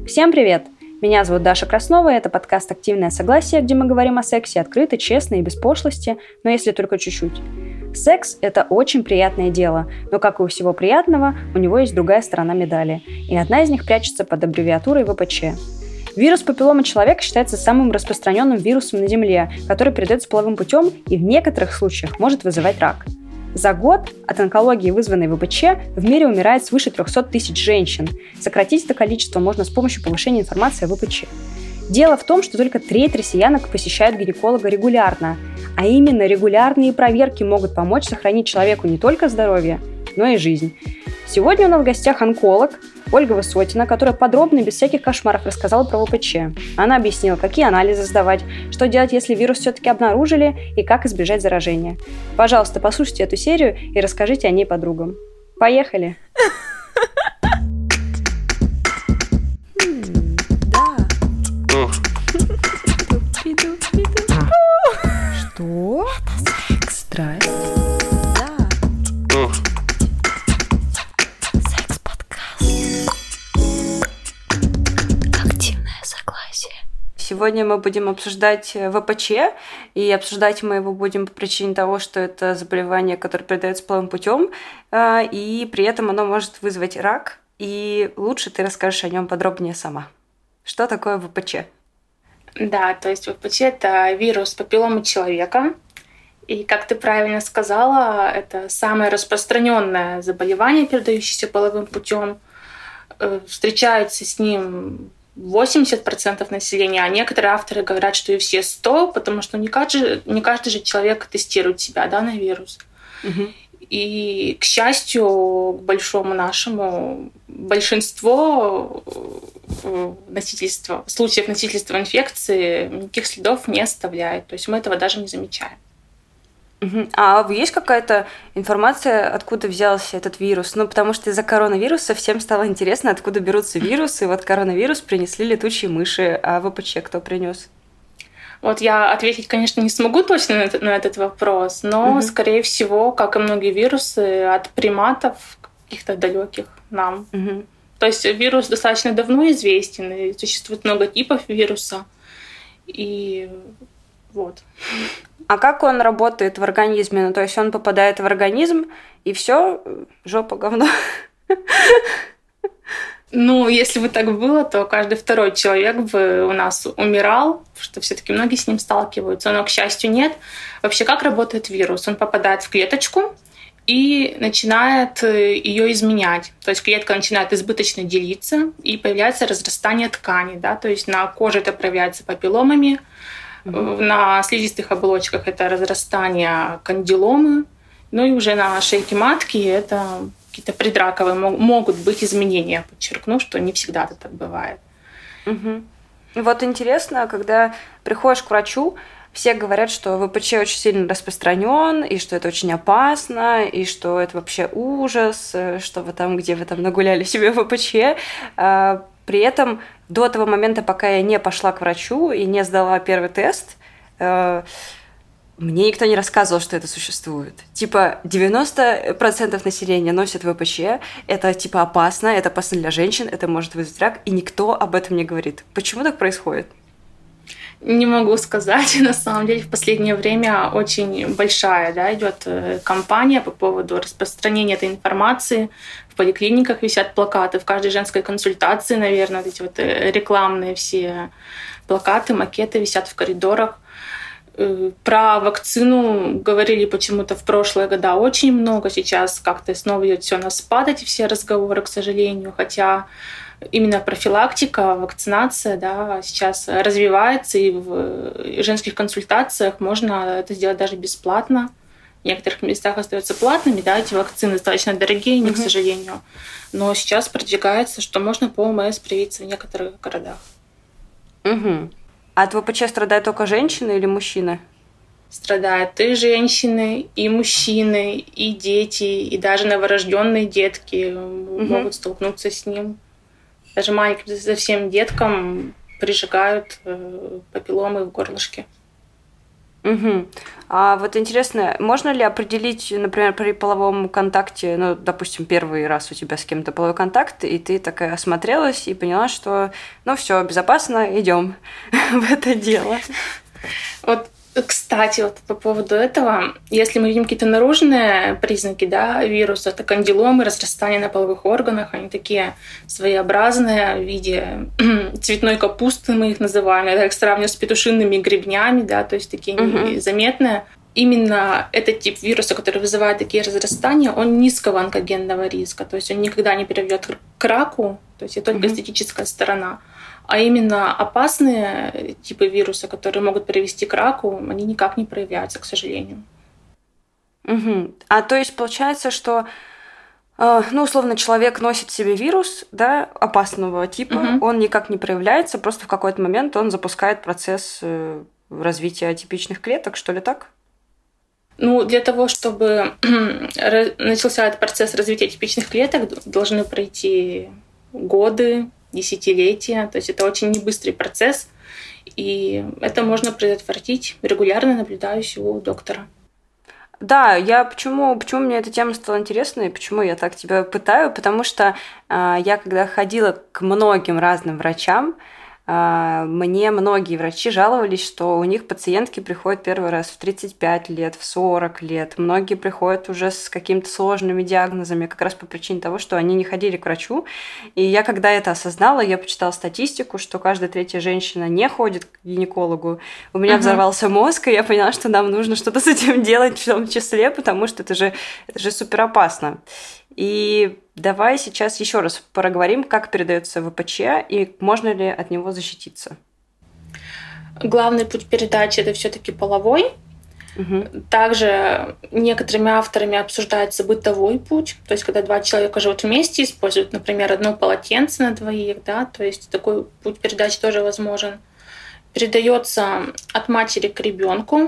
Всем привет! Меня зовут Даша Краснова, и это подкаст «Активное согласие», где мы говорим о сексе открыто, честно и без пошлости, но если только чуть-чуть. Секс – это очень приятное дело, но, как и у всего приятного, у него есть другая сторона медали, и одна из них прячется под аббревиатурой ВПЧ. Вирус папилломы человека считается самым распространенным вирусом на Земле, который передается половым путем и в некоторых случаях может вызывать рак. За год от онкологии, вызванной ВПЧ, в мире умирает свыше 300 тысяч женщин. Сократить это количество можно с помощью повышения информации о ВПЧ. Дело в том, что только треть россиянок посещают гинеколога регулярно, а именно регулярные проверки могут помочь сохранить человеку не только здоровье, но и жизнь. Сегодня у нас в гостях онколог Ольга Высотина, которая подробно и без всяких кошмаров рассказала про ВПЧ. Она объяснила, какие анализы сдавать, что делать, если вирус все-таки обнаружили, и как избежать заражения. Пожалуйста, послушайте эту серию и расскажите о ней подругам. Поехали! Что? Это секс. Страсть. Сегодня мы будем обсуждать ВПЧ, и обсуждать мы его будем по причине того, что это заболевание, которое передается половым путем, и при этом оно может вызвать рак. И лучше ты расскажешь о нем подробнее сама. Что такое ВПЧ? Да, то есть ВПЧ – это вирус папилломы человека. И, как ты правильно сказала, это самое распространенное заболевание, передающееся половым путем. Встречаются с ним 80% населения, а некоторые авторы говорят, что и все 100%, потому что не каждый же человек тестирует себя, да, на вирус. Угу. И, к счастью, к большому нашему, большинство случаев носительства инфекции никаких следов не оставляет. То есть мы этого даже не замечаем. А есть какая-то информация, откуда взялся этот вирус? Ну, потому что из-за коронавируса всем стало интересно, откуда берутся вирусы. Вот коронавирус принесли летучие мыши, а ВПЧ кто принес? Вот я ответить, конечно, не смогу точно на этот вопрос, но, скорее всего, как и многие вирусы, от приматов каких-то далеких нам. То есть вирус достаточно давно известен, и существует много типов вируса. И вот. А как он работает в организме? Ну, то есть он попадает в организм, и все, жопа, говно. Ну, если бы так было, то каждый второй человек бы у нас умирал, потому что все-таки многие с ним сталкиваются, но, к счастью, нет. Вообще, как работает вирус? Он попадает в клеточку и начинает ее изменять. То есть клетка начинает избыточно делиться, и появляется разрастание тканей. Да? То есть на коже это проявляется папилломами, на слизистых оболочках это разрастание кандиломы, ну и уже на шейке матки это какие-то предраковые могут быть изменения. Подчеркну, что не всегда это так бывает. Вот интересно, когда приходишь к врачу, все говорят, что ВПЧ очень сильно распространен, и что это очень опасно, и что это вообще ужас, что где вы там нагуляли себе ВПЧ. При этом до того момента, пока я не пошла к врачу и не сдала первый тест, мне никто не рассказывал, что это существует. 90% населения носит ВПЧ, это опасно, это опасно для женщин, это может вызвать рак, и никто об этом не говорит. Почему так происходит? Не могу сказать. На самом деле в последнее время очень большая идет кампания по поводу распространения этой информации. В поликлиниках висят плакаты, в каждой женской консультации, наверное, эти рекламные все плакаты, макеты висят в коридорах. Про вакцину говорили почему-то в прошлые года очень много. Сейчас как-то снова идет все на спад, эти все разговоры, к сожалению. Хотя именно профилактика, вакцинация сейчас развивается, и в женских консультациях можно это сделать даже бесплатно. В некоторых местах остаются платными, эти вакцины достаточно дорогие, к сожалению. Но сейчас продвигается, что можно по ОМС привиться в некоторых городах. А от ВПЧ страдают только женщины или мужчины? Страдают и женщины, и мужчины, и дети, и даже новорожденные детки могут столкнуться с ним. Даже маленьким совсем деткам прижигают папилломы в горлышке. Угу. А вот интересно, можно ли определить, например, при половом контакте, ну, допустим, первый раз у тебя с кем-то половой контакт, и ты такая осмотрелась и поняла, что, ну, все безопасно, идем в это дело. Вот, кстати, вот по поводу этого, если мы видим какие-то наружные признаки, да, вируса, это кандиломы, разрастания на половых органах, они такие своеобразные в виде цветной капусты, мы их называем, я их сравниваю с петушиными гребнями, да, то есть такие незаметные. Именно этот тип вируса, который вызывает такие разрастания, он низкого онкогенного риска, то есть он никогда не приведет к раку, то есть это только эстетическая сторона. А именно опасные типы вируса, которые могут привести к раку, они никак не проявляются, к сожалению. А то есть получается, что, ну, условно, человек носит в себе вирус, да, опасного типа, он никак не проявляется, просто в какой-то момент он запускает процесс развития атипичных клеток, что ли, так? Ну, для того, чтобы начался этот процесс развития атипичных клеток, должны пройти годы, десятилетия. То есть это очень небыстрый процесс, и это можно предотвратить, регулярно наблюдаясь у доктора. Да, почему мне эта тема стала интересной, почему я так тебя пытаю, потому что я когда ходила к многим разным врачам, мне многие врачи жаловались, что у них пациентки приходят первый раз в 35 лет, в 40 лет. Многие приходят уже с какими-то сложными диагнозами, как раз по причине того, что они не ходили к врачу. И я, когда это осознала, я почитала статистику, что каждая третья женщина не ходит к гинекологу. У меня взорвался мозг, и я поняла, что нам нужно что-то с этим делать, в том числе, потому что это же супер опасно. И давай сейчас еще раз проговорим, как передается ВПЧ и можно ли от него защититься. Главный путь передачи – это все-таки половой. Также некоторыми авторами обсуждается бытовой путь, то есть когда два человека живут вместе, используют, например, одно полотенце на двоих, да, то есть такой путь передачи тоже возможен. Передается от матери к ребенку.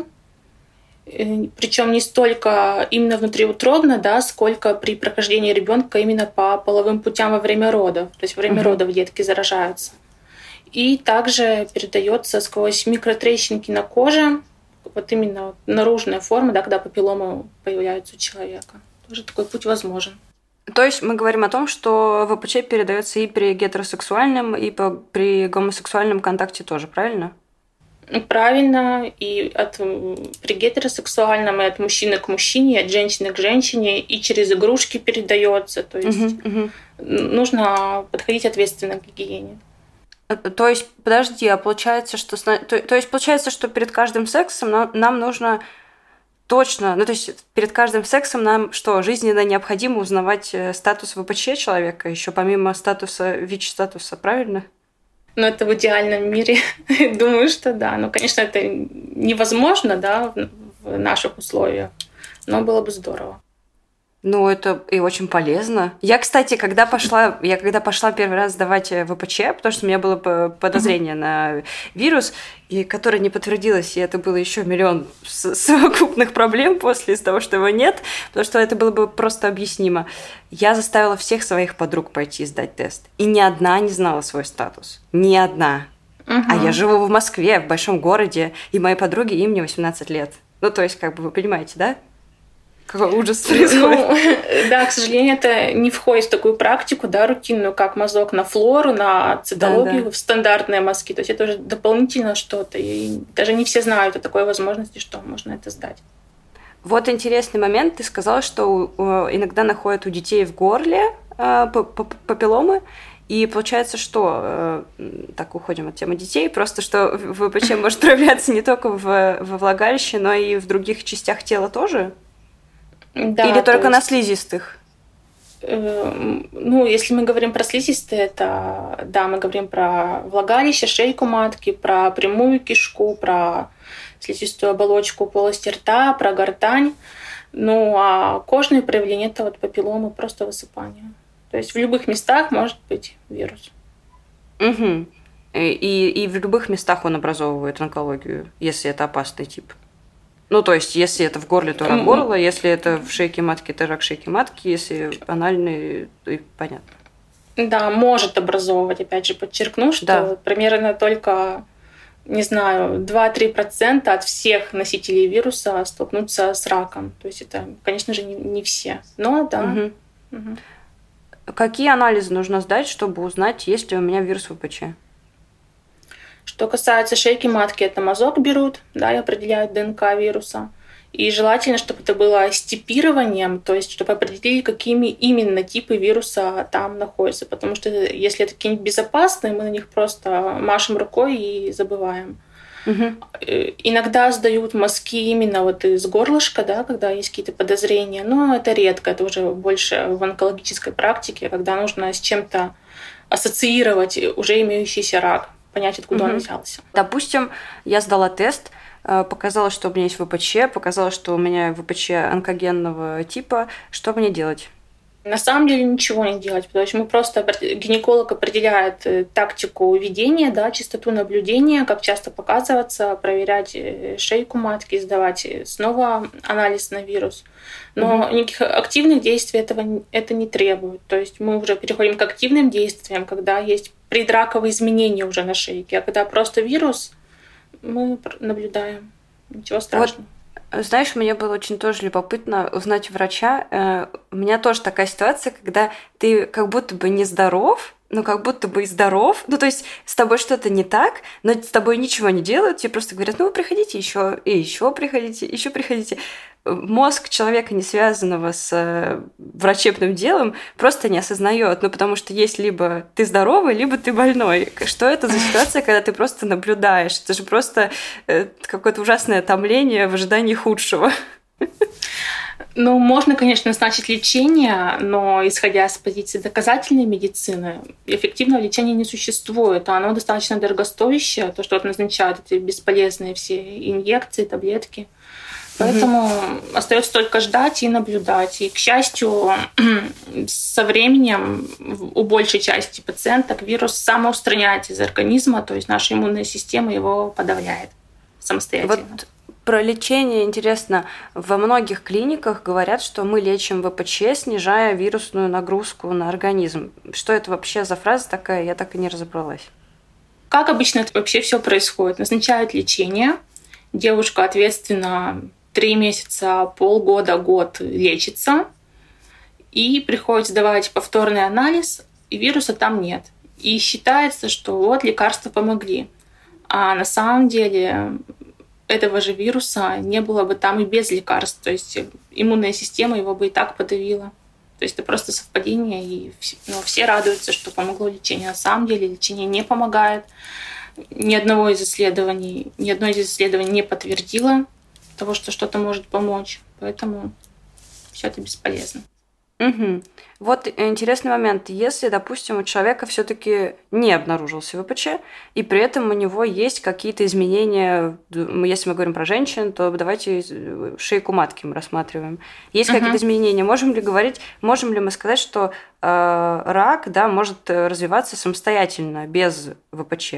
Причем не столько именно внутриутробно, да, сколько при прохождении ребенка именно по половым путям во время родов. То есть во время родов детки заражаются. И также передается сквозь микротрещинки на коже, вот именно наружная форма, да, когда папилломы появляются у человека. Тоже такой путь возможен. То есть мы говорим о том, что ВПЧ передается и при гетеросексуальном, и при гомосексуальном контакте тоже, правильно? Правильно, и при гетеросексуальном, и от мужчины к мужчине, и от женщины к женщине, и через игрушки передается. То есть нужно подходить ответственно к гигиене. То есть, подожди, а получается, что что перед каждым сексом нам нужно точно, ну то есть перед каждым сексом нам что, жизненно необходимо узнавать статус ВПЧ человека, еще помимо статуса, ВИЧ-статуса, правильно? Но это в идеальном мире. Думаю, что да. Ну, конечно, это невозможно, да, в наших условиях, но было бы здорово. Ну, это и очень полезно. Я, кстати, когда пошла первый раз сдавать ВПЧ, потому что у меня было подозрение на вирус, и которое не подтвердилось, и это было еще миллион совокупных проблем после из-за того, что его нет, потому что это было бы просто объяснимо. Я заставила всех своих подруг пойти сдать тест, и ни одна не знала свой статус. Ни одна. А я живу в Москве, в большом городе, и мои подруги, им не 18 лет. Ну, то есть, как бы вы понимаете, да? Какой ужас происходит. Ну, да, к сожалению, это не входит в такую практику, да, рутинную, как мазок на флору, на цитологию, в стандартные мазки. То есть это уже дополнительно что-то. И даже не все знают о такой возможности, что можно это сдать. Вот интересный момент. Ты сказала, что иногда находят у детей в горле папилломы. И получается, что, так уходим от темы детей, просто что ВПЧ может проявляться не только во влагалище, но и в других частях тела тоже? Да, или только на слизистых? Ну, если мы говорим про слизистые, это, да, мы говорим про влагалище, шейку матки, про прямую кишку, про слизистую оболочку полости рта, про гортань. Ну, а кожные проявления – это вот папилломы, просто высыпание. То есть в любых местах может быть вирус. Угу. И в любых местах он образовывает онкологию, если это опасный тип? Ну, то есть, если это в горле, то рак горла, если это в шейке матки, то рак шейки матки, если анальный, то и понятно. Да, может образовывать, опять же, подчеркну, что примерно только не знаю, 2-3% от всех носителей вируса столкнутся с раком. То есть это, конечно же, не все. Но да. Угу. Какие анализы нужно сдать, чтобы узнать, есть ли у меня вирус ВПЧ? Что касается шейки матки, это мазок берут, да, и определяют ДНК вируса. И желательно, чтобы это было с типированием, то есть чтобы определили, какими именно типы вируса там находятся. Потому что если это какие-нибудь безопасные, мы на них просто машем рукой и забываем. Угу. Иногда сдают мазки именно вот из горлышка, да, когда есть какие-то подозрения, но это редко, это уже больше в онкологической практике, когда нужно с чем-то ассоциировать уже имеющийся рак, понять, откуда он взялся. Допустим, я сдала тест, показалось, что у меня есть ВПЧ, показалось, что у меня ВПЧ онкогенного типа. Что мне делать? На самом деле ничего не делать, потому что мы просто гинеколог определяет тактику ведения, да, частоту наблюдения, как часто показываться, проверять шейку матки, сдавать снова анализ на вирус. Но никаких активных действий это не требует. То есть мы уже переходим к активным действиям, когда есть предраковые изменения уже на шейке, а когда просто вирус, мы наблюдаем. Ничего страшного. Знаешь, мне было очень тоже любопытно узнать у врача. У меня тоже такая ситуация, когда ты как будто бы нездоров, но как будто бы и здоров. Ну, то есть с тобой что-то не так, но с тобой ничего не делают. Тебе просто говорят, ну, вы приходите еще, и еще приходите, еще приходите. Мозг человека, не связанного с врачебным делом, просто не осознает. Ну, потому что есть либо ты здоровый, либо ты больной. Что это за ситуация, когда ты просто наблюдаешь? Это же просто какое-то ужасное томление в ожидании худшего. Ну, можно, конечно, назначить лечение, но исходя с позиции доказательной медицины, эффективного лечения не существует, а оно достаточно дорогостоящее, то, что вот назначают эти бесполезные все инъекции, таблетки. Поэтому остается только ждать и наблюдать. И, к счастью, со временем у большей части пациенток вирус самоустраняется из организма, то есть наша иммунная система его подавляет самостоятельно. Вот про лечение интересно. Во многих клиниках говорят, что мы лечим ВПЧ, снижая вирусную нагрузку на организм. Что это вообще за фраза такая? Я так и не разобралась. Как обычно это вообще все происходит? Назначают лечение. Девушка ответственно 3 месяца, полгода, год лечится. И приходит сдавать повторный анализ, и вируса там нет. И считается, что вот лекарства помогли. А на самом деле этого же вируса не было бы там и без лекарств. То есть иммунная система его бы и так подавила. То есть это просто совпадение, и все радуются, что помогло лечение. На самом деле лечение не помогает. Ни одно из исследований не подтвердило того, что что-то может помочь. Поэтому все это бесполезно. Угу. Вот интересный момент. Если, допустим, у человека все-таки не обнаружился ВПЧ, и при этом у него есть какие-то изменения, если мы говорим про женщин, то давайте шейку матки мы рассматриваем. Есть какие-то изменения. Можем ли мы сказать, что рак, да, может развиваться самостоятельно, без ВПЧ?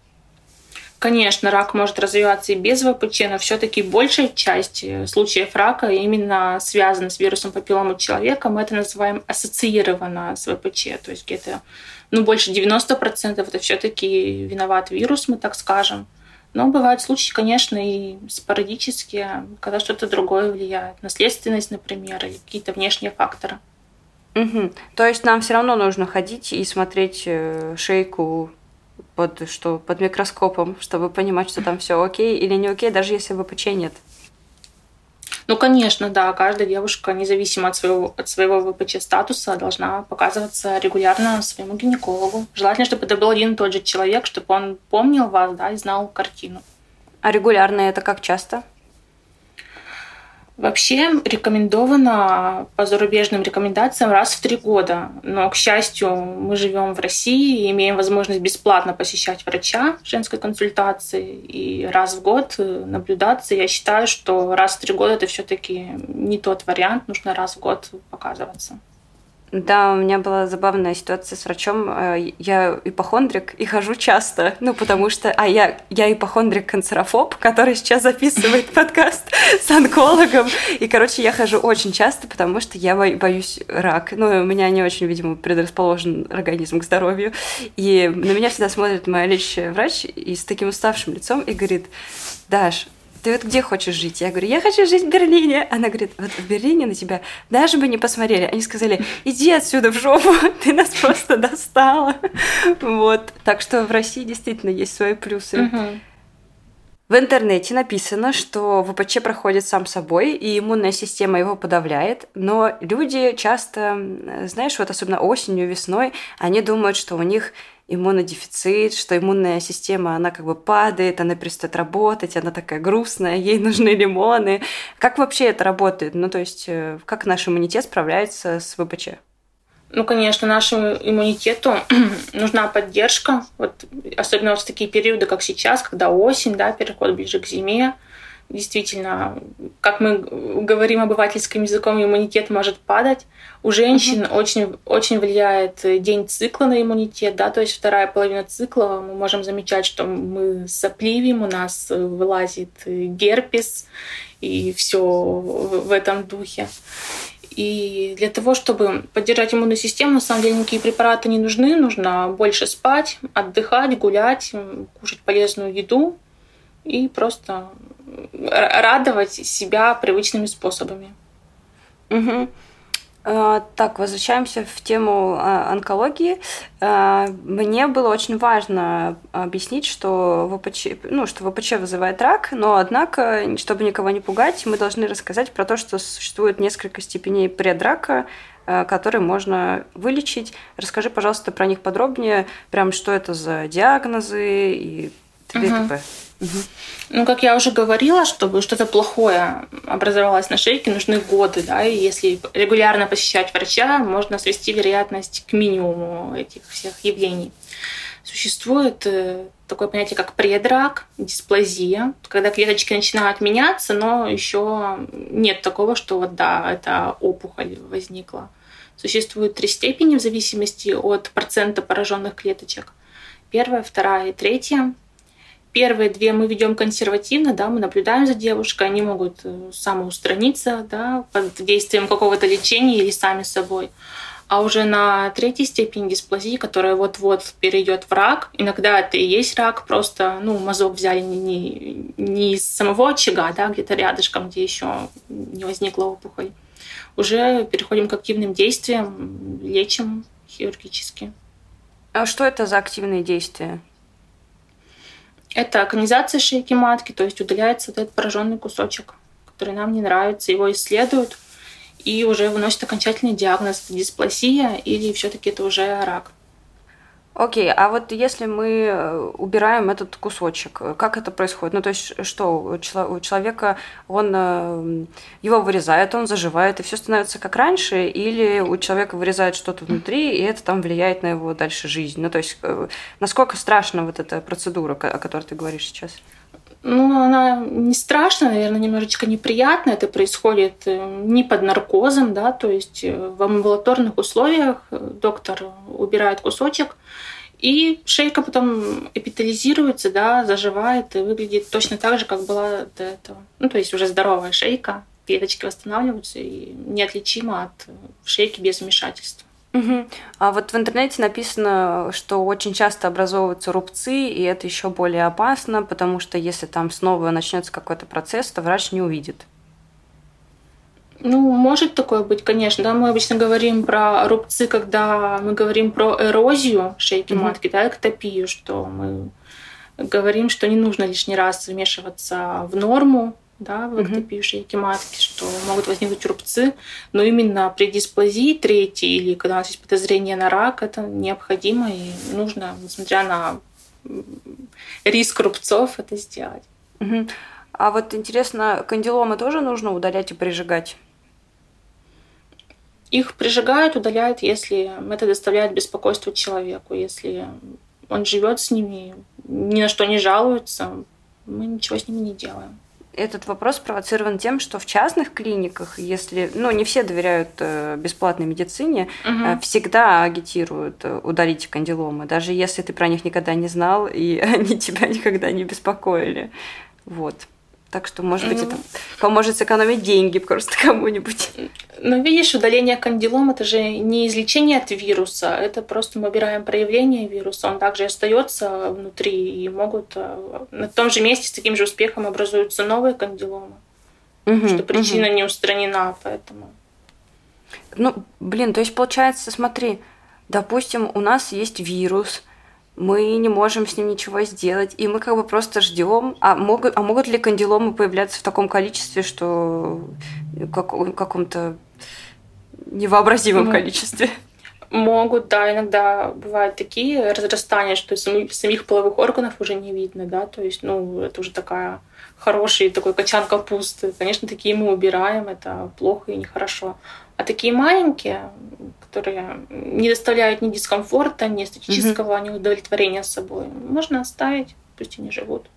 Конечно, рак может развиваться и без ВПЧ, но все-таки большая часть случаев рака именно связана с вирусом папилломы человека. Мы это называем ассоциированно с ВПЧ. То есть где-то больше 90% это все-таки виноват вирус, мы так скажем. Но бывают случаи, конечно, и спорадические, когда что-то другое влияет. Наследственность, например, или какие-то внешние факторы. Угу. То есть нам все равно нужно ходить и смотреть шейку под микроскопом, чтобы понимать, что там все окей или не окей, даже если ВПЧ нет. Ну, конечно, да, каждая девушка, независимо от своего ВПЧ-статуса, должна показываться регулярно своему гинекологу. Желательно, чтобы это был один и тот же человек, чтобы он помнил вас, да, и знал картину. А регулярно это как часто? Вообще рекомендовано по зарубежным рекомендациям раз в 3 года. Но, к счастью, мы живем в России и имеем возможность бесплатно посещать врача женской консультации и раз в год наблюдаться. Я считаю, что раз в 3 года это все-таки не тот вариант, нужно раз в год показываться. Да, у меня была забавная ситуация с врачом. Я ипохондрик и хожу часто, потому что... я ипохондрик-канцерофоб, который сейчас записывает подкаст с онкологом. И, я хожу очень часто, потому что я боюсь рак. У меня не очень, видимо, предрасположен организм к здоровью. И на меня всегда смотрит моя лечащая врач и с таким уставшим лицом и говорит: Даш, ты вот где хочешь жить? Я говорю: я хочу жить в Берлине. Она говорит: вот в Берлине на тебя даже бы не посмотрели. Они сказали: иди отсюда в жопу, ты нас просто достала. Вот. Так что в России действительно есть свои плюсы. В интернете написано, что ВПЧ проходит сам собой, и иммунная система его подавляет, но люди часто, знаешь, вот особенно осенью, весной, они думают, что у них иммунодефицит, что иммунная система, она падает, она перестает работать, она такая грустная, ей нужны лимоны. Как вообще это работает? То есть, как наш иммунитет справляется с ВПЧ? Конечно, нашему иммунитету нужна поддержка, особенно в такие периоды, как сейчас, когда осень, переход ближе к зиме. Действительно, как мы говорим обывательским языком, иммунитет может падать. У женщин очень влияет день цикла на иммунитет, то есть вторая половина цикла. Мы можем замечать, что мы сопливим, у нас вылазит герпес и все в этом духе. И для того, чтобы поддержать иммунную систему, на самом деле никакие препараты не нужны. Нужно больше спать, отдыхать, гулять, кушать полезную еду и просто радовать себя привычными способами. Так, возвращаемся в тему онкологии. Мне было очень важно объяснить, что ВПЧ вызывает рак, но, однако, чтобы никого не пугать, мы должны рассказать про то, что существует несколько степеней предрака, которые можно вылечить. Расскажи, пожалуйста, про них подробнее, прям что это за диагнозы и т.д. Как я уже говорила, чтобы что-то плохое образовалось на шейке, нужны годы, и если регулярно посещать врача, можно свести вероятность к минимуму этих всех явлений. Существует такое понятие, как предрак, дисплазия, когда клеточки начинают меняться, но еще нет такого, что эта опухоль возникла. Существует 3 степени в зависимости от процента пораженных клеточек. 1, 2 и 3. Первые 2 мы ведем консервативно, мы наблюдаем за девушкой, они могут самоустраниться под действием какого-то лечения или сами собой. А уже на 3 степени дисплазии, которая вот-вот перейдет в рак, иногда это и есть рак, просто мазок взяли не из самого очага, где-то рядышком, где еще не возникла опухоль. Уже переходим к активным действиям, лечим хирургически. А что это за активные действия? Это конизация шейки матки, то есть удаляется этот пораженный кусочек, который нам не нравится, его исследуют и уже выносят окончательный диагноз: дисплазия или все-таки это уже рак. Окей, а вот если мы убираем этот кусочек, как это происходит? То есть что, у человека его вырезают, он заживает, и все становится как раньше, или у человека вырезают что-то внутри, и это там влияет на его дальше жизнь? То есть насколько страшна вот эта процедура, о которой ты говоришь сейчас? Она не страшная, наверное, немножечко неприятная. Это происходит не под наркозом, то есть в амбулаторных условиях доктор убирает кусочек, и шейка потом эпителизируется, заживает и выглядит точно так же, как была до этого. То есть уже здоровая шейка, клеточки восстанавливаются и неотличима от шейки без вмешательства. А вот в интернете написано, что очень часто образовываются рубцы, и это еще более опасно, потому что если там снова начнется какой-то процесс, то врач не увидит. Может такое быть, конечно. Мы обычно говорим про рубцы, когда мы говорим про эрозию шейки матки, эктопию, что мы говорим, что не нужно лишний раз вмешиваться в норму, в эктопию шейки матки, что могут возникнуть рубцы, но именно при дисплазии 3 или когда у нас есть подозрение на рак, это необходимо и нужно, несмотря на риск рубцов, это сделать. А вот интересно, кандиломы тоже нужно удалять и прижигать? Их прижигают, удаляют, если это доставляет беспокойство человеку, если он живет с ними, ни на что не жалуется, мы ничего с ними не делаем. Этот вопрос спровоцирован тем, что в частных клиниках, если, не все доверяют бесплатной медицине, всегда агитируют удалить кандиломы, даже если ты про них никогда не знал, и они тебя никогда не беспокоили. Вот. Так что, может быть, это поможет сэкономить деньги просто кому-нибудь. Но видишь, удаление кандилом — это же не излечение от вируса, это просто мы убираем проявление вируса, он также остается внутри, и могут на том же месте с таким же успехом образуются новые кандиломы, что причина не устранена, поэтому... То есть, получается, смотри, допустим, у нас есть вирус, мы не можем с ним ничего сделать, и мы как бы просто ждем. А могут ли кандиломы появляться в таком количестве, что в каком-то невообразимом количестве? Могут, да, иногда бывают такие разрастания, что самих половых органов уже не видно, да, то есть, это уже хороший такой качан капусты. Конечно, такие мы убираем, это плохо и нехорошо. А такие маленькие, которые не доставляют ни дискомфорта, ни эстетического неудовлетворения с собой, можно оставить, пусть они живут.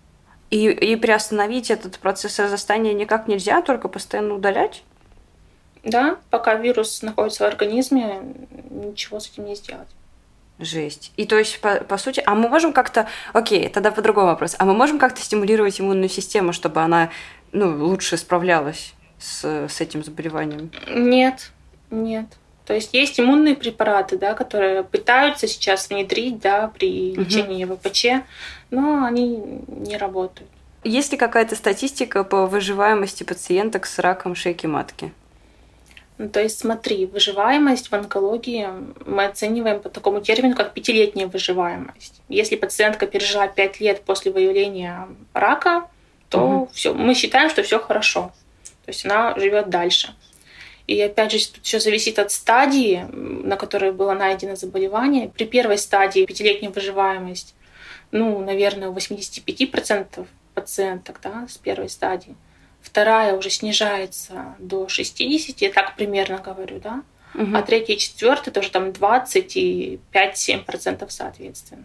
И приостановить этот процесс разрастания никак нельзя, только постоянно удалять? Да, пока вирус находится в организме, ничего с этим не сделать. Жесть. И то есть, по сути, а мы можем как-то... Окей, тогда по-другому вопрос. А мы можем как-то стимулировать иммунную систему, чтобы она лучше справлялась с этим заболеванием? Нет. То есть иммунные препараты, да, которые пытаются сейчас внедрить, да, при лечении ВПЧ, но они не работают. Есть ли какая-то статистика по выживаемости пациенток с раком шейки матки? То есть смотри, выживаемость в онкологии мы оцениваем по такому термину, как 5-летняя выживаемость. Если пациентка пережила 5 лет после выявления рака, то всё, мы считаем, что все хорошо. То есть она живет дальше. И опять же, тут все зависит от стадии, на которой было найдено заболевание. При первой стадии 5-летняя выживаемость, наверное, у 85% пациенток, да, с первой стадии. Вторая уже снижается до 60%, я так примерно говорю, да. А третья и четвертая тоже там 20 и 5-7% соответственно.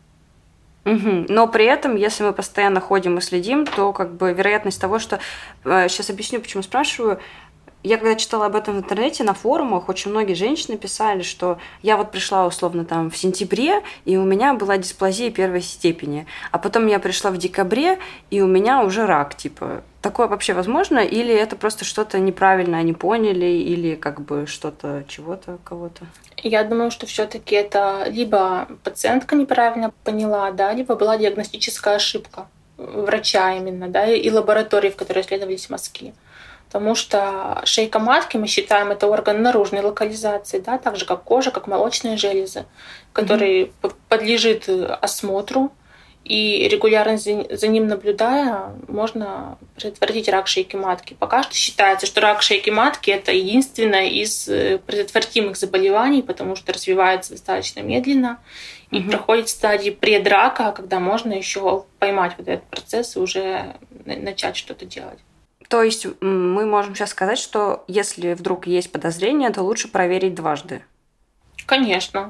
Но при этом, если мы постоянно ходим и следим, то как бы вероятность того, что... Сейчас объясню, почему спрашиваю. Я когда читала об этом в интернете, на форумах, очень многие женщины писали, что я вот пришла условно там в сентябре, и у меня была дисплазия первой степени, а потом я пришла в декабре, и у меня уже рак, типа. Такое вообще возможно? Или это просто что-то неправильно они поняли, или как бы что-то, чего-то, кого-то? Я думаю, что все-таки это либо пациентка неправильно поняла, да, либо была диагностическая ошибка врача именно, да, и лаборатории, в которой исследовались мазки. Потому что шейка матки, мы считаем, это орган наружной локализации, да, так же как кожа, как молочные железы, который подлежит осмотру, и регулярно за ним наблюдая, можно предотвратить рак шейки матки. Пока что считается, что рак шейки матки – это единственное из предотвратимых заболеваний, потому что развивается достаточно медленно и проходит стадии предрака, когда можно еще поймать вот этот процесс и уже начать что-то делать. То есть мы можем сейчас сказать, что если вдруг есть подозрение, то лучше проверить дважды? Конечно.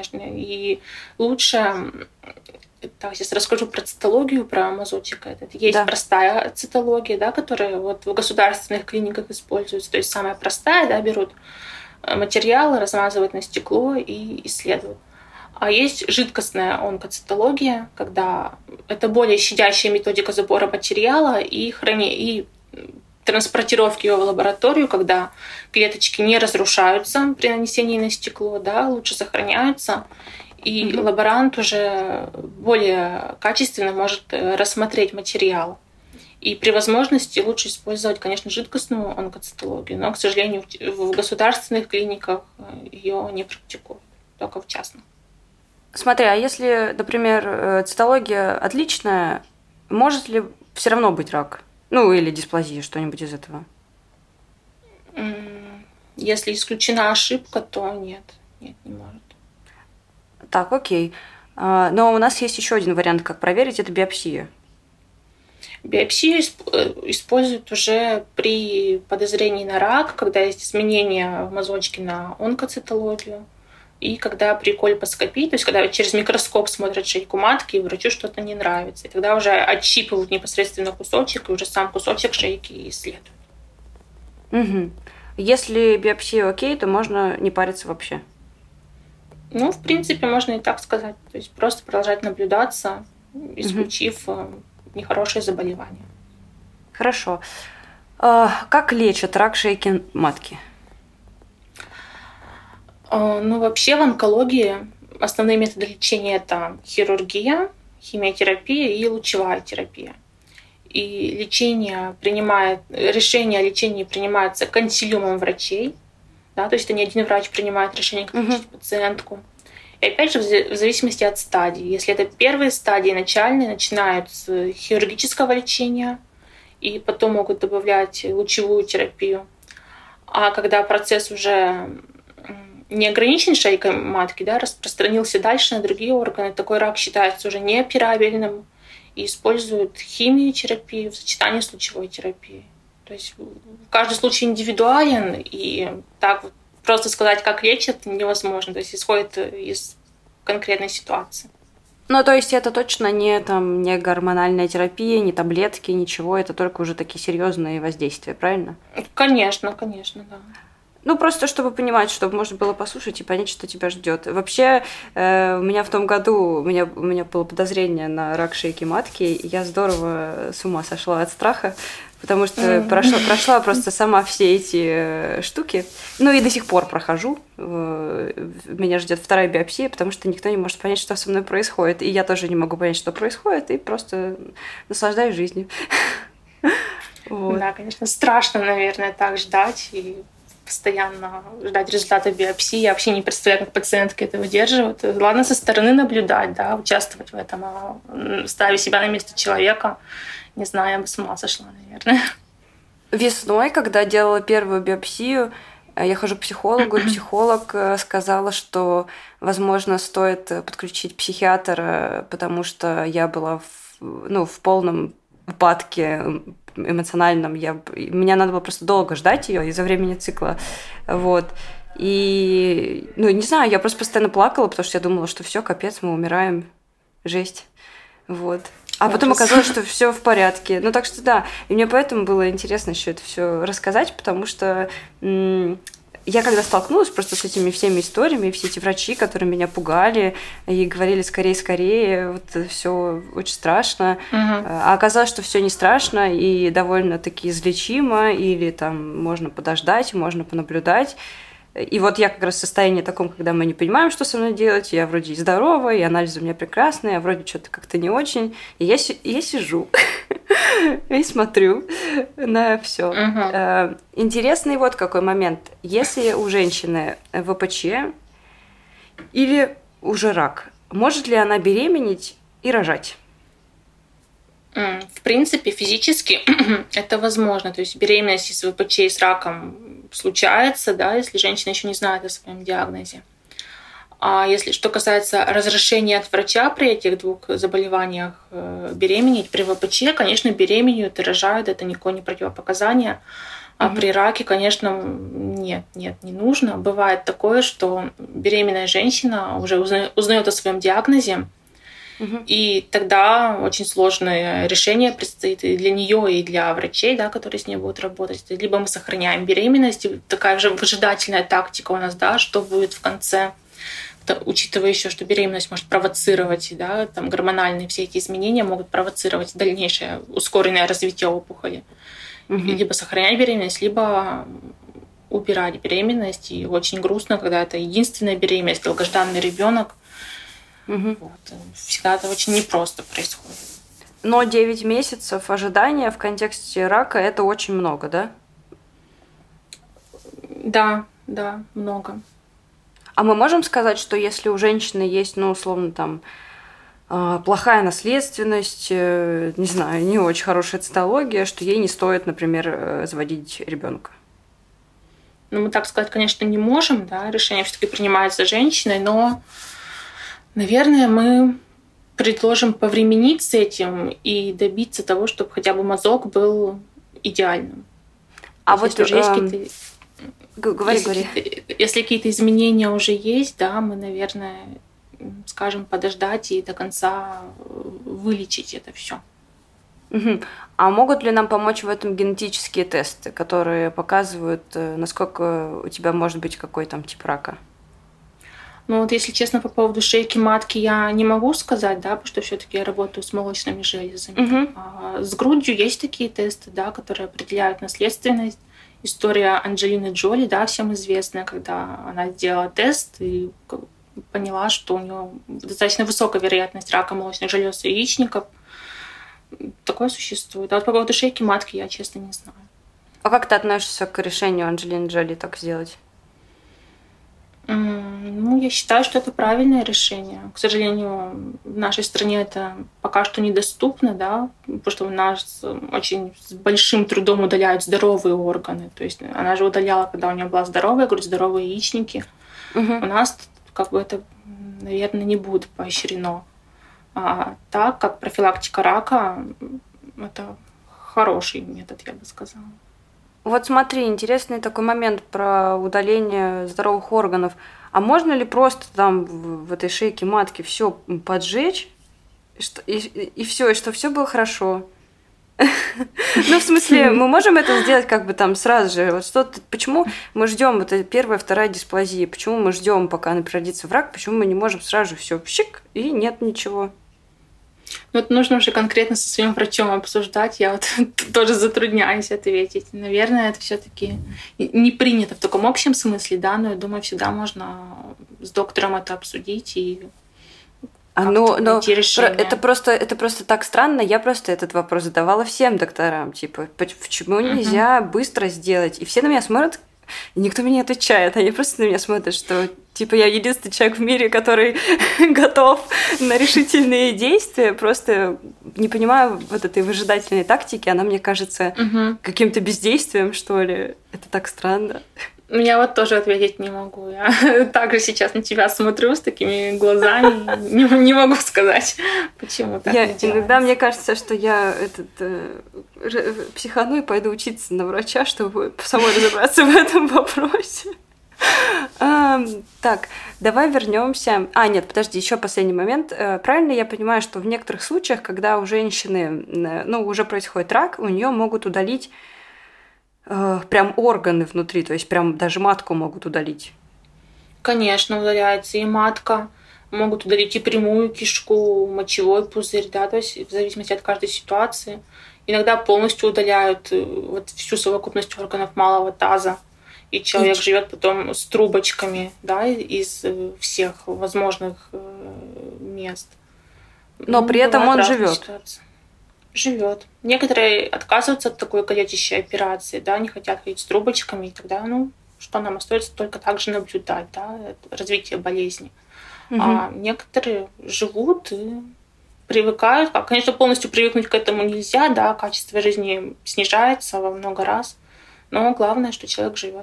И лучше... Так, сейчас расскажу про цитологию, про мазотика. Есть простая цитология, да, которая вот в государственных клиниках используется. То есть самая простая, да, берут материалы, размазывают на стекло и исследуют. А есть жидкостная онкоцитология, когда это более щадящая методика забора материала и транспортировки его в лабораторию, когда клеточки не разрушаются при нанесении на стекло, да, лучше сохраняются. И лаборант уже более качественно может рассмотреть материал. И при возможности лучше использовать, конечно, жидкостную онкоцитологию, но, к сожалению, в государственных клиниках ее не практикуют, только в частных. Смотри, а если, например, цитология отличная, может ли все равно быть рак? Или дисплазия, что-нибудь из этого? Если исключена ошибка, то нет, не может. Так, окей. Но у нас есть еще один вариант, как проверить, это биопсия. Биопсию используют уже при подозрении на рак, когда есть изменения в мазочке на онкоцитологию. И когда при кольпоскопии, то есть когда через микроскоп смотрят шейку матки, и врачу что-то не нравится, и тогда уже отщипывают непосредственно кусочек, и уже сам кусочек шейки исследуют. Угу. Если биопсия окей, то можно не париться вообще. Ну, в принципе, можно и так сказать. То есть просто продолжать наблюдаться, исключив нехорошие заболевания. Хорошо. Как лечат рак шейки матки? Ну, вообще в онкологии основные методы лечения – это хирургия, химиотерапия и лучевая терапия. И решение о лечении принимается консилиумом врачей. Да, то есть это не один врач принимает решение, как лечить пациентку. И опять же, в зависимости от стадии. Если это первые стадии начальные, начинают с хирургического лечения, и потом могут добавлять лучевую терапию. А когда процесс уже не ограничен шейкой матки, да, распространился дальше на другие органы, такой рак считается уже неоперабельным и используют химиотерапию в сочетании с лучевой терапией. То есть каждый случай индивидуален, и так вот просто сказать, как лечат, невозможно. То есть исходит из конкретной ситуации. Ну, то есть это точно не гормональная терапия, не таблетки, ничего, это только уже такие серьезные воздействия, правильно? Конечно, да. Ну, просто чтобы понимать, чтобы можно было послушать и понять, что тебя ждет. Вообще, у меня в том году у меня было подозрение на рак шейки матки, и я здорово с ума сошла от страха, потому что прошла просто сама все эти штуки. Ну и до сих пор прохожу. Меня ждет вторая биопсия, потому что никто не может понять, что со мной происходит. И я тоже не могу понять, что происходит, и просто наслаждаюсь жизнью. Да, конечно, страшно, наверное, так ждать и постоянно ждать результата биопсии. Я вообще не представляю, как пациентки это выдерживают. Ладно, со стороны наблюдать, да, участвовать в этом, а ставя себя на место человека, не знаю, я бы с ума сошла, наверное. Весной, когда делала первую биопсию, я хожу к психологу, и психолог сказала, что, возможно, стоит подключить психиатра, потому что я была в полном упадке эмоциональном. Мне надо было просто долго ждать ее из-за времени цикла. Вот. И, не знаю, я просто постоянно плакала, потому что я думала, что все, капец, мы умираем. Жесть. Вот. А потом оказалось, что все в порядке. Так что да. И мне поэтому было интересно еще это все рассказать, потому что я когда столкнулась просто с этими всеми историями, все эти врачи, которые меня пугали и говорили скорее, вот все очень страшно. А оказалось, что все не страшно и довольно-таки излечимо, или там можно подождать, можно понаблюдать. И вот я как раз в состоянии таком, когда мы не понимаем, что со мной делать, я вроде и здорова, и анализы у меня прекрасные, а вроде что-то как-то не очень. И я сижу и смотрю на все. Интересный вот какой момент. Если у женщины ВПЧ или уже рак, может ли она беременеть и рожать? В принципе, физически это возможно. То есть беременность с ВПЧ и с раком случается, да, если женщина еще не знает о своем диагнозе. А если что касается разрешения от врача при этих двух заболеваниях беременеть, при ВПЧ, конечно, беременеют и рожают, это никакое не противопоказание. А при раке, конечно, нет, не нужно. Бывает такое, что беременная женщина уже узнает о своем диагнозе, и тогда очень сложное решение предстоит и для нее, и для врачей, да, которые с ней будут работать. Либо мы сохраняем беременность, и такая же выжидательная тактика у нас, да, что будет в конце, учитывая еще, что беременность может провоцировать, да, там гормональные все эти изменения могут провоцировать дальнейшее ускоренное развитие опухоли. Либо сохранять беременность, либо убирать беременность. И очень грустно, когда это единственная беременность, долгожданный ребенок. Вот. Всегда это очень непросто происходит. Но 9 месяцев ожидания в контексте рака – это очень много, да? Да, много. А мы можем сказать, что если у женщины есть, условно, там, плохая наследственность, не знаю, не очень хорошая цитология, что ей не стоит, например, заводить ребенка? Мы так сказать, конечно, не можем, да, решение все-таки принимается женщиной, но наверное, мы предложим повременить с этим и добиться того, чтобы хотя бы мазок был идеальным. А вот уже есть какие-то Говори. Если какие-то изменения уже есть, да, мы, наверное, скажем, подождать и до конца вылечить это все. Угу. А могут ли нам помочь в этом генетические тесты, которые показывают, насколько у тебя может быть какой там тип рака? Ну вот, если честно, по поводу шейки матки я не могу сказать, да, потому что все-таки я работаю с молочными железами. Угу. А с грудью есть такие тесты, да, которые определяют наследственность. История Анджелины Джоли, да, всем известная, когда она сделала тест и поняла, что у нее достаточно высокая вероятность рака молочных желез и яичников. Такое существует. А вот по поводу шейки матки я, честно, не знаю. А как ты относишься к решению Анджелины Джоли так сделать? Ну, я считаю, что это правильное решение. К сожалению, в нашей стране это пока что недоступно, да, потому что у нас очень с большим трудом удаляют здоровые органы. То есть она же удаляла, когда у нее была здоровая грудь, здоровые яичники. Угу. У нас как бы это, наверное, не будет поощрено. А так как профилактика рака, это хороший метод, я бы сказала. Вот смотри, интересный такой момент про удаление здоровых органов. А можно ли просто там в этой шейке матки все поджечь, и все, и что все было хорошо? Ну, в смысле, мы можем это сделать как бы там сразу же. Вот что-то, почему мы ждем, это первая, вторая дисплазия, почему мы ждем, пока родится враг, почему мы не можем сразу же все пщик, и нет ничего? Ну, это нужно уже конкретно со своим врачом обсуждать. Я вот тоже затрудняюсь ответить. Наверное, это все-таки не принято в таком общем смысле, да, но я думаю, всегда можно с доктором это обсудить и найти решение. Это просто так странно. Я просто этот вопрос задавала всем докторам. Типа, почему нельзя быстро сделать? И все на меня смотрят, и никто мне не отвечает. Они просто на меня смотрят, что типа я единственный человек в мире, который готов на решительные действия. Просто не понимаю вот этой выжидательной тактики. Она мне кажется каким-то бездействием, что ли. Это так странно. Я вот тоже ответить не могу. Я также сейчас на тебя смотрю с такими глазами. Не могу сказать, почему так делается. Иногда мне кажется, что я психану и пойду учиться на врача, чтобы самой разобраться в этом вопросе. Так, давай вернемся. Нет, подожди, еще последний момент. Правильно я понимаю, что в некоторых случаях, когда у женщины, уже происходит рак, у нее могут удалить прям органы внутри, то есть прям даже матку могут удалить? Конечно, удаляется и матка. Могут удалить и прямую кишку, мочевой пузырь, да, то есть в зависимости от каждой ситуации. Иногда полностью удаляют вот всю совокупность органов малого таза. И человек живет потом с трубочками, да, из всех возможных мест. Но при этом он живет. Живет. Некоторые отказываются от такой калечащей операции, да, не хотят ходить с трубочками, и тогда, что нам остается, только так же наблюдать, да, развитие болезни. А некоторые живут и привыкают. Конечно, полностью привыкнуть к этому нельзя, да, качество жизни снижается во много раз, но главное, что человек живет.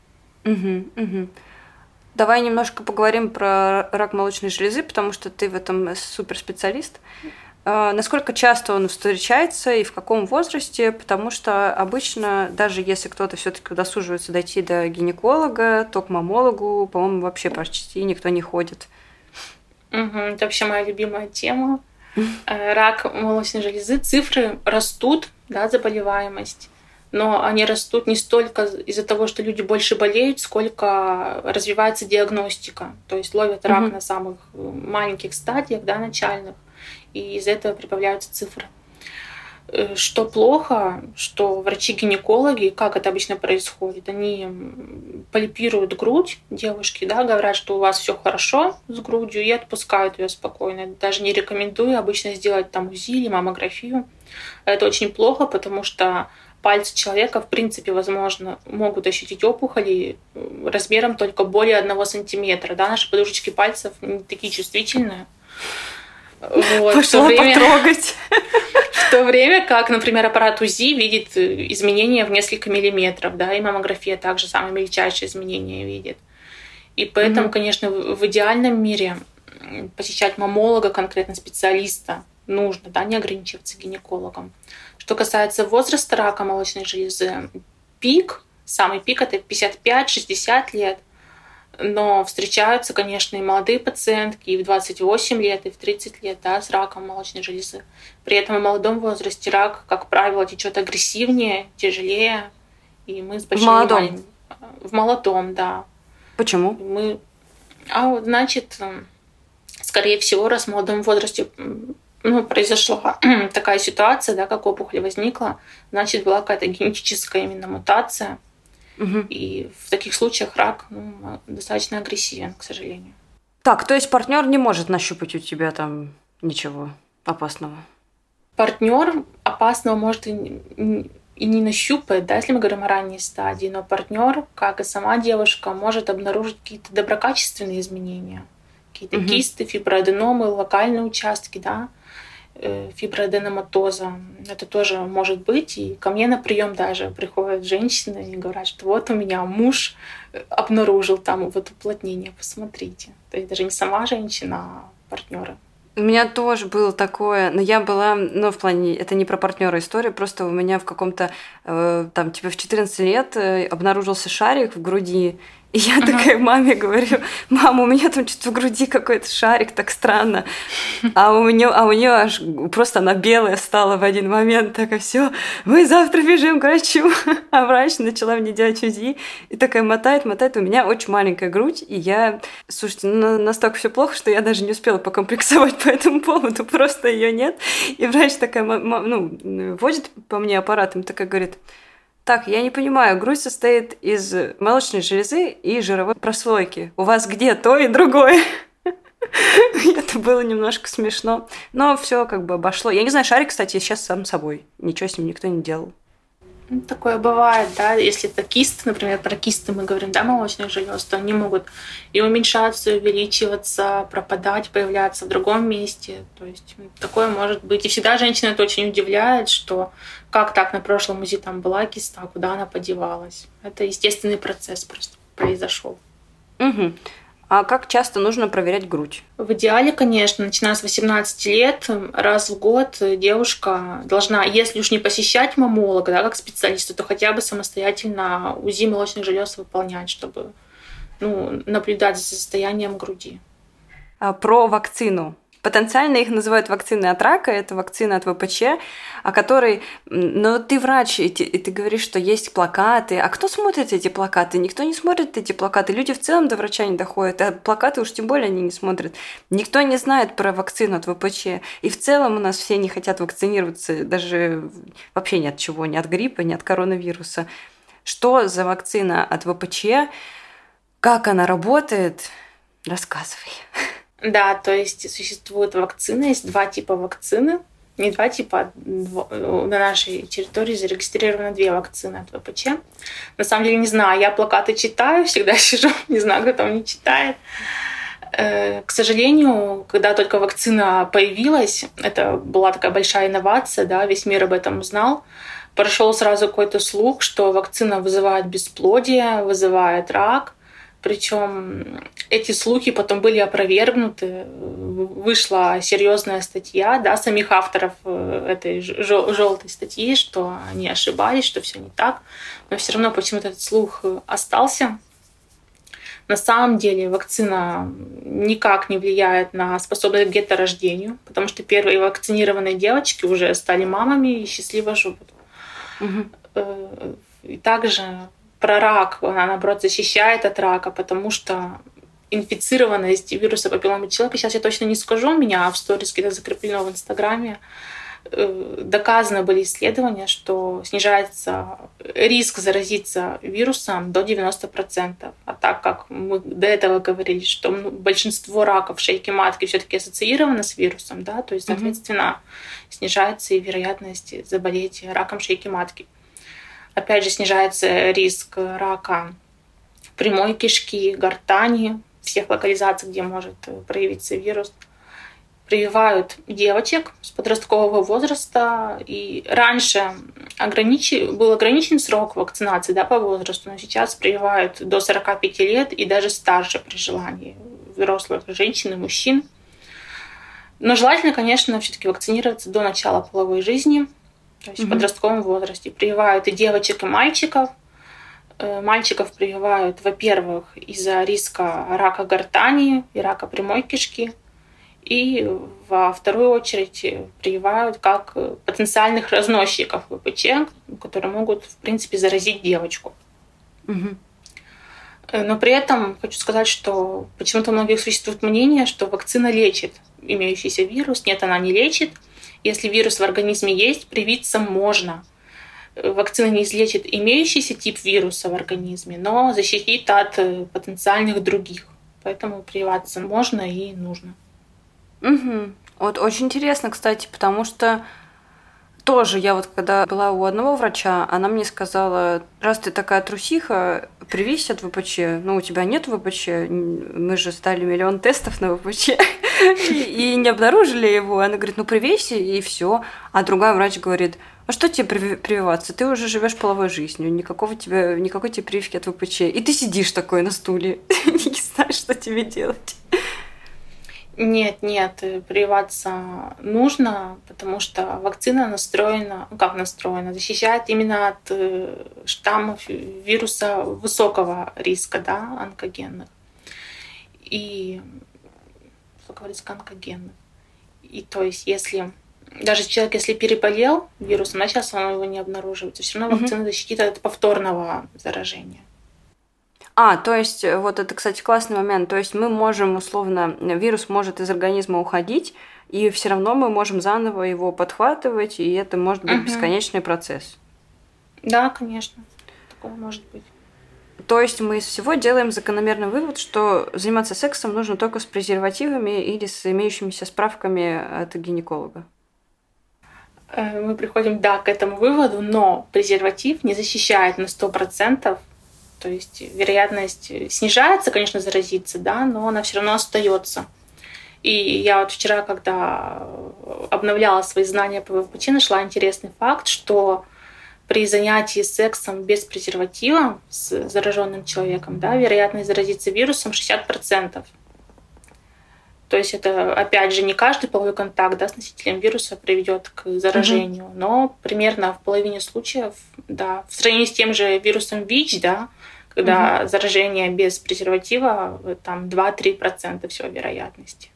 Давай немножко поговорим про рак молочной железы, потому что ты в этом суперспециалист. Насколько часто он встречается и в каком возрасте? Потому что обычно, даже если кто-то все-таки удосуживается дойти до гинеколога, то к мамологу, по-моему, вообще почти никто не ходит. Это вообще моя любимая тема. Рак молочной железы. Цифры растут, да, заболеваемость. Но они растут не столько из-за того, что люди больше болеют, сколько развивается диагностика. То есть ловят рак на самых маленьких стадиях, да, начальных. И из этого прибавляются цифры. Что плохо, что врачи-гинекологи, как это обычно происходит, они пальпируют грудь девушки, да, говорят, что у вас все хорошо с грудью, и отпускают ее спокойно. Даже не рекомендую обычно сделать там УЗИ или маммографию. Это очень плохо, потому что пальцы человека, в принципе, возможно, могут ощутить опухоли размером только более 1 сантиметра. Да? Наши подушечки пальцев не такие чувствительные. Вот. Пошла потрогать. В то время как, например, аппарат УЗИ видит изменения в несколько миллиметров, да, и маммография также самые мельчайшие изменения видит. И поэтому, конечно, в идеальном мире посещать маммолога, конкретно специалиста, нужно, да, не ограничиваться гинекологом. Что касается возраста рака молочной железы, пик самый пик – это 55-60 лет. Но встречаются, конечно, и молодые пациентки, и в 28 лет, и в 30 лет, да, с раком молочной железы. При этом в молодом возрасте рак, как правило, течет агрессивнее, тяжелее. И мы с большим вниманием... В молодом, да. Почему? Значит, скорее всего, раз в молодом возрасте произошла такая ситуация, да, как опухоль возникла, значит, была какая-то генетическая именно мутация. И в таких случаях рак достаточно агрессивен, к сожалению. Так, то есть партнер не может нащупать у тебя там ничего опасного? Партнер опасного может и не нащупать, да, если мы говорим о ранней стадии, но партнер, как и сама девушка, может обнаружить какие-то доброкачественные изменения, какие-то кисты, фиброаденомы, локальные участки, да, фиброаденоматоза. Это тоже может быть. И ко мне на прием даже приходят женщины и говорят, что вот у меня муж обнаружил там вот уплотнение, посмотрите. То есть даже не сама женщина, а партнеры. У меня тоже было такое, но я была, в плане, это не про партнера история, просто у меня в каком-то, в 14 лет обнаружился шарик в груди, и я такая маме говорю: мама, у меня там что-то в груди какой-то шарик, так странно. А у нее аж просто она белая стала в один момент, такая: все, мы завтра бежим к врачу. А врач начала мне делать УЗИ, и такая мотает. У меня очень маленькая грудь, и я, слушайте, настолько все плохо, что я даже не успела покомплексовать по этому поводу, просто ее нет. И врач такая, водит по мне аппаратом, такая говорит: так, я не понимаю, грудь состоит из молочной железы и жировой прослойки. У вас где то и другое? Это было немножко смешно, но все как бы обошло. Я не знаю, шарик, кстати, сейчас сам собой. Ничего с ним никто не делал. Такое бывает, да, если это кисты, например, про кисты мы говорим, да, молочных желез, то они могут и уменьшаться, и увеличиваться, пропадать, появляться в другом месте. То есть такое может быть. И всегда женщина это очень удивляет, что как так на прошлом УЗИ там была киста, а куда она подевалась. Это естественный процесс просто произошел. Угу. А как часто нужно проверять грудь? В идеале, конечно, начиная с 18 лет, раз в год девушка должна, если уж не посещать маммолога, да, как специалиста, то хотя бы самостоятельно УЗИ молочных желез выполнять, чтобы наблюдать за состоянием груди. Про вакцину. Потенциально их называют вакцины от рака, это вакцина от ВПЧ, о которой, ты врач, и ты говоришь, что есть плакаты. А кто смотрит эти плакаты? Никто не смотрит эти плакаты. Люди в целом до врача не доходят, а плакаты уж тем более они не смотрят. Никто не знает про вакцину от ВПЧ. И в целом у нас все не хотят вакцинироваться даже вообще ни от чего, ни от гриппа, ни от коронавируса. Что за вакцина от ВПЧ? Как она работает? Рассказывай. Да, то есть существует вакцина, есть два типа вакцины. Не два типа, на нашей территории зарегистрировано 2 вакцины от ВПЧ. На самом деле не знаю, я плакаты читаю, всегда сижу, не знаю, кто там не читает. К сожалению, когда только вакцина появилась, это была такая большая инновация, да, весь мир об этом узнал. Прошел сразу какой-то слух, что вакцина вызывает бесплодие, вызывает рак. Причем эти слухи потом были опровергнуты. Вышла серьезная статья, да, самих авторов этой желтой статьи, что они ошибались, что все не так. Но все равно почему-то этот слух остался. На самом деле вакцина никак не влияет на способность к деторождению, потому что первые вакцинированные девочки уже стали мамами и счастливо живут. И также про рак, она, наоборот, защищает от рака, потому что инфицированность вируса папилломы человека, сейчас я точно не скажу, у меня в сторис где-то закреплено в Инстаграме, доказаны были исследования, что снижается риск заразиться вирусом до 90%. А так как мы до этого говорили, что большинство раков шейки матки все-таки ассоциировано с вирусом, да, то есть, соответственно, снижается и вероятность заболеть раком шейки матки. Опять же, снижается риск рака прямой кишки, гортани, всех локализаций, где может проявиться вирус. Прививают девочек с подросткового возраста. И раньше был ограничен срок вакцинации, да, по возрасту, но сейчас прививают до 45 лет и даже старше при желании взрослых женщин и мужчин. Но желательно, конечно, все-таки вакцинироваться до начала половой жизни, то есть в подростковом возрасте. Прививают и девочек, и мальчиков. Мальчиков прививают, во-первых, из-за риска рака гортани и рака прямой кишки. И во вторую очередь прививают как потенциальных разносчиков ВПЧ, которые могут, в принципе, заразить девочку. Угу. Но при этом хочу сказать, что почему-то у многих существует мнение, что вакцина лечит имеющийся вирус. Нет, она не лечит. Если вирус в организме есть, привиться можно. Вакцина не излечит имеющийся тип вируса в организме, но защитит от потенциальных других. Поэтому прививаться можно и нужно. Угу. Вот очень интересно, кстати, потому что тоже я вот когда была у одного врача, она мне сказала: раз ты такая трусиха, привейся от ВПЧ. Ну, у тебя нет ВПЧ, мы же сдали миллион тестов на ВПЧ и не обнаружили его. Она говорит: ну, привейся, и все. А другой врач говорит: а что тебе прививаться? Ты уже живешь половой жизнью, никакой тебе прививки от ВПЧ. И ты сидишь такой на стуле, не знаешь, что тебе делать. Нет, прививаться нужно, потому что вакцина защищает именно от штаммов вируса высокого риска, да, онкогенных. И, что говорится, онкогенных. И то есть, если даже человек, если переболел вирусом, сейчас он его не обнаруживается, все равно вакцина защитит от повторного заражения. То есть, вот это, кстати, классный момент. То есть мы можем, условно, вирус может из организма уходить, и все равно мы можем заново его подхватывать, и это может быть бесконечный процесс. Да, конечно. Такое может быть. То есть мы из всего делаем закономерный вывод, что заниматься сексом нужно только с презервативами или с имеющимися справками от гинеколога. Мы приходим, да, к этому выводу, но презерватив не защищает на 100%. То есть вероятность снижается, конечно, заразиться, да, но она все равно остается. И я вот вчера, когда обновляла свои знания по ВПЧ, нашла интересный факт, что при занятии сексом без презерватива с зараженным человеком, да, вероятность заразиться вирусом 60%. То есть это, опять же, не каждый половой контакт, да, с носителем вируса приведет к заражению, но примерно в половине случаев, да, в сравнении с тем же вирусом ВИЧ, да, когда заражение без презерватива, там 2-3% всего вероятности.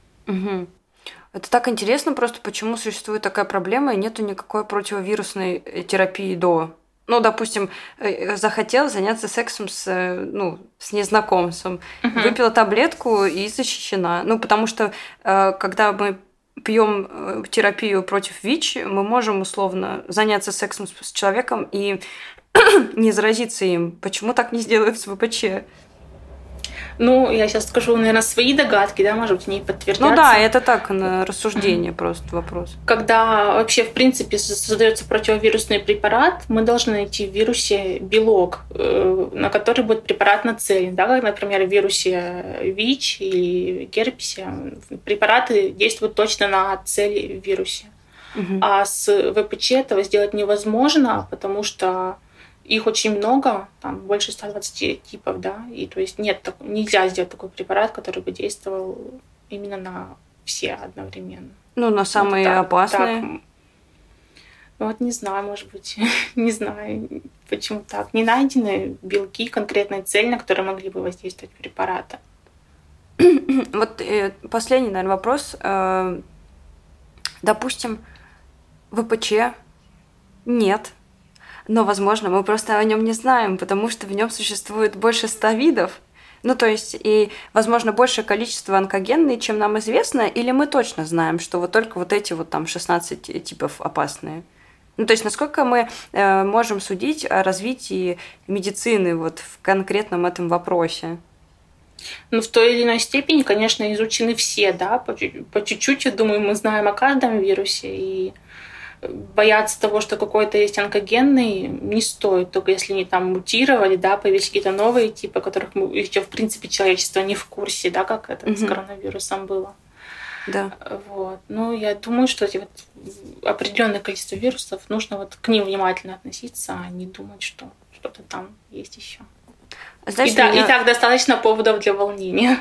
Это так интересно просто, почему существует такая проблема и нету никакой противовирусной терапии до. Ну, допустим, захотел заняться сексом с незнакомцем, выпила таблетку и защищена. Ну, потому что когда мы пьем терапию против ВИЧ, мы можем условно заняться сексом с человеком и не заразиться им. Почему так не сделают с ВПЧ? Ну, я сейчас скажу, наверное, свои догадки, да, может быть, они подтвердятся. Ну да, это так, на рассуждение просто вопрос. Когда вообще, в принципе, создается противовирусный препарат, мы должны найти в вирусе белок, на который будет препарат нацелен. Да, как, например, в вирусе ВИЧ или герпесе препараты действуют точно на цели в вирусе. А с ВПЧ этого сделать невозможно, потому что их очень много, там больше 120 типов, да, и то есть нельзя сделать такой препарат, который бы действовал именно на все одновременно. Ну, на самые опасные. Так. Вот не знаю, может быть, не знаю, почему так. Не найдены белки конкретной цели, на которые могли бы воздействовать препараты. Вот последний, наверное, вопрос. Допустим, ВПЧ нет. Но, возможно, мы просто о нем не знаем, потому что в нем существует больше 100 видов. Ну, то есть, и, возможно, большее количество онкогенные, чем нам известно, или мы точно знаем, что вот только вот эти вот там 16 типов опасные. Ну, то есть, насколько мы можем судить о развитии медицины вот в конкретном этом вопросе? Ну, в той или иной степени, конечно, изучены все, да, по чуть-чуть, я думаю, мы знаем о каждом вирусе, и бояться того, что какой-то есть онкогенный, не стоит, только если они там мутировали, да, появились какие-то новые типы, о которых мы еще, в принципе, человечество не в курсе, да, как это с коронавирусом было. Да. Вот. Ну, я думаю, что эти вот определенное количество вирусов, нужно вот к ним внимательно относиться, а не думать, что что-то там есть еще. Знаешь, и так достаточно поводов для волнения.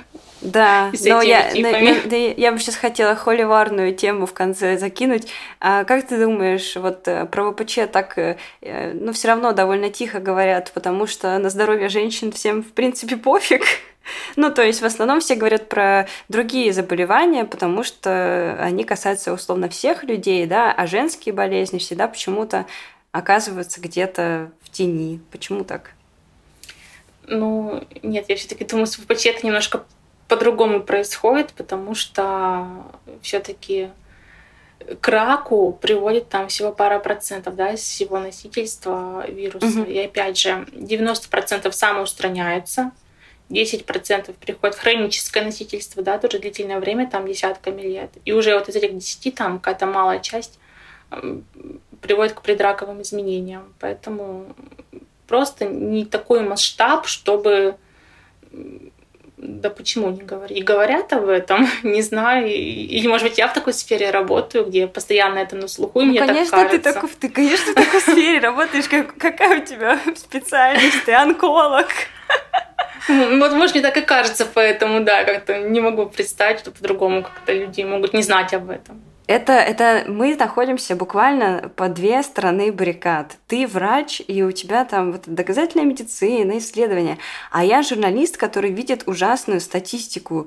Да, и с но этими я бы сейчас хотела холиварную тему в конце закинуть. А как ты думаешь, вот про ВПЧ так, ну, все равно довольно тихо говорят, потому что на здоровье женщин всем, в принципе, пофиг. Ну, то есть в основном все говорят про другие заболевания, потому что они касаются условно всех людей, да, а женские болезни всегда почему-то оказываются где-то в тени. Почему так? Ну, нет, я все-таки думаю, с ВПЧ это немножко по-другому происходит, потому что все-таки к раку приводит там всего пара процентов, да, из всего носительства вируса. И опять же, 90% самоустраняются, 10% приходит в хроническое носительство, да, тоже длительное время, там десятками лет. И уже вот из этих 10 там какая-то малая часть приводит к предраковым изменениям. Поэтому просто не такой масштаб, чтобы... Да почему не говорить? И говорят об этом, не знаю. Или, может быть, я в такой сфере работаю, где постоянно это на слуху, и мне конечно, так кажется. Ты, конечно, в такой сфере работаешь. Какая у тебя специальность? Ты онколог. Вот, может, мне так и кажется, поэтому, да, как-то не могу представить, что по-другому как-то люди могут не знать об этом. Это мы находимся буквально по две стороны баррикад. Ты врач, и у тебя там вот доказательная медицина, исследования. А я журналист, который видит ужасную статистику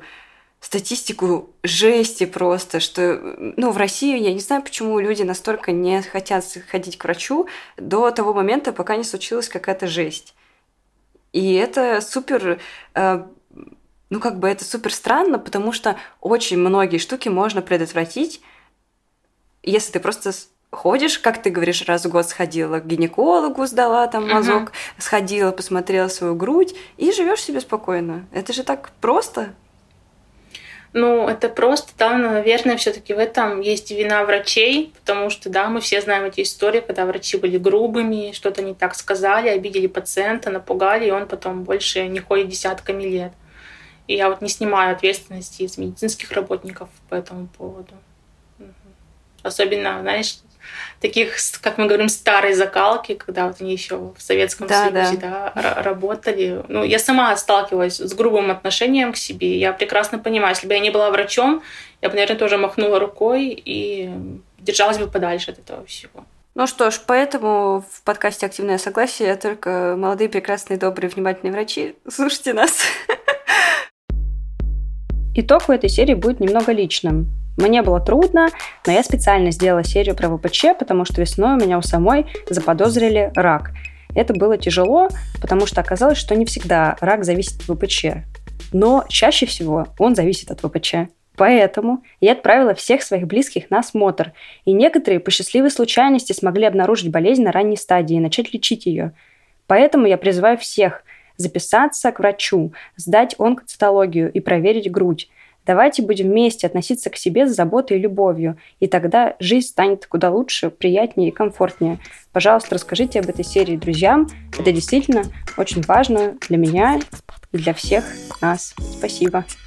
жести просто, что, ну, в России, я не знаю, почему люди настолько не хотят ходить к врачу до того момента, пока не случилась какая-то жесть. И это супер... Ну, как бы это супер странно, потому что очень многие штуки можно предотвратить, если ты просто ходишь, как ты говоришь, раз в год сходила к гинекологу, сдала там мазок, сходила, посмотрела свою грудь и живешь себе спокойно. Это же так просто. Ну, это просто, да, наверное, все-таки в этом есть вина врачей, потому что, да, мы все знаем эти истории, когда врачи были грубыми, что-то не так сказали, обидели пациента, напугали, и он потом больше не ходит десятками лет. И я вот не снимаю ответственности из медицинских работников по этому поводу. Особенно, знаешь, таких, как мы говорим, старой закалки, когда вот они еще в Советском Союзе да, работали. Ну, я сама сталкивалась с грубым отношением к себе. Я прекрасно понимаю, если бы я не была врачом, я бы, наверное, тоже махнула рукой и держалась бы подальше от этого всего. Ну что ж, поэтому в подкасте «Активное согласие» только молодые, прекрасные, добрые, внимательные врачи. Слушайте нас. Итог в этой серии будет немного личным. Мне было трудно, но я специально сделала серию про ВПЧ, потому что весной у меня у самой заподозрили рак. Это было тяжело, потому что оказалось, что не всегда рак зависит от ВПЧ. Но чаще всего он зависит от ВПЧ. Поэтому я отправила всех своих близких на осмотр, и некоторые по счастливой случайности смогли обнаружить болезнь на ранней стадии и начать лечить ее. Поэтому я призываю всех записаться к врачу, сдать онкоцитологию и проверить грудь. Давайте будем вместе относиться к себе с заботой и любовью, и тогда жизнь станет куда лучше, приятнее и комфортнее. Пожалуйста, расскажите об этой серии друзьям. Это действительно очень важно для меня и для всех нас. Спасибо.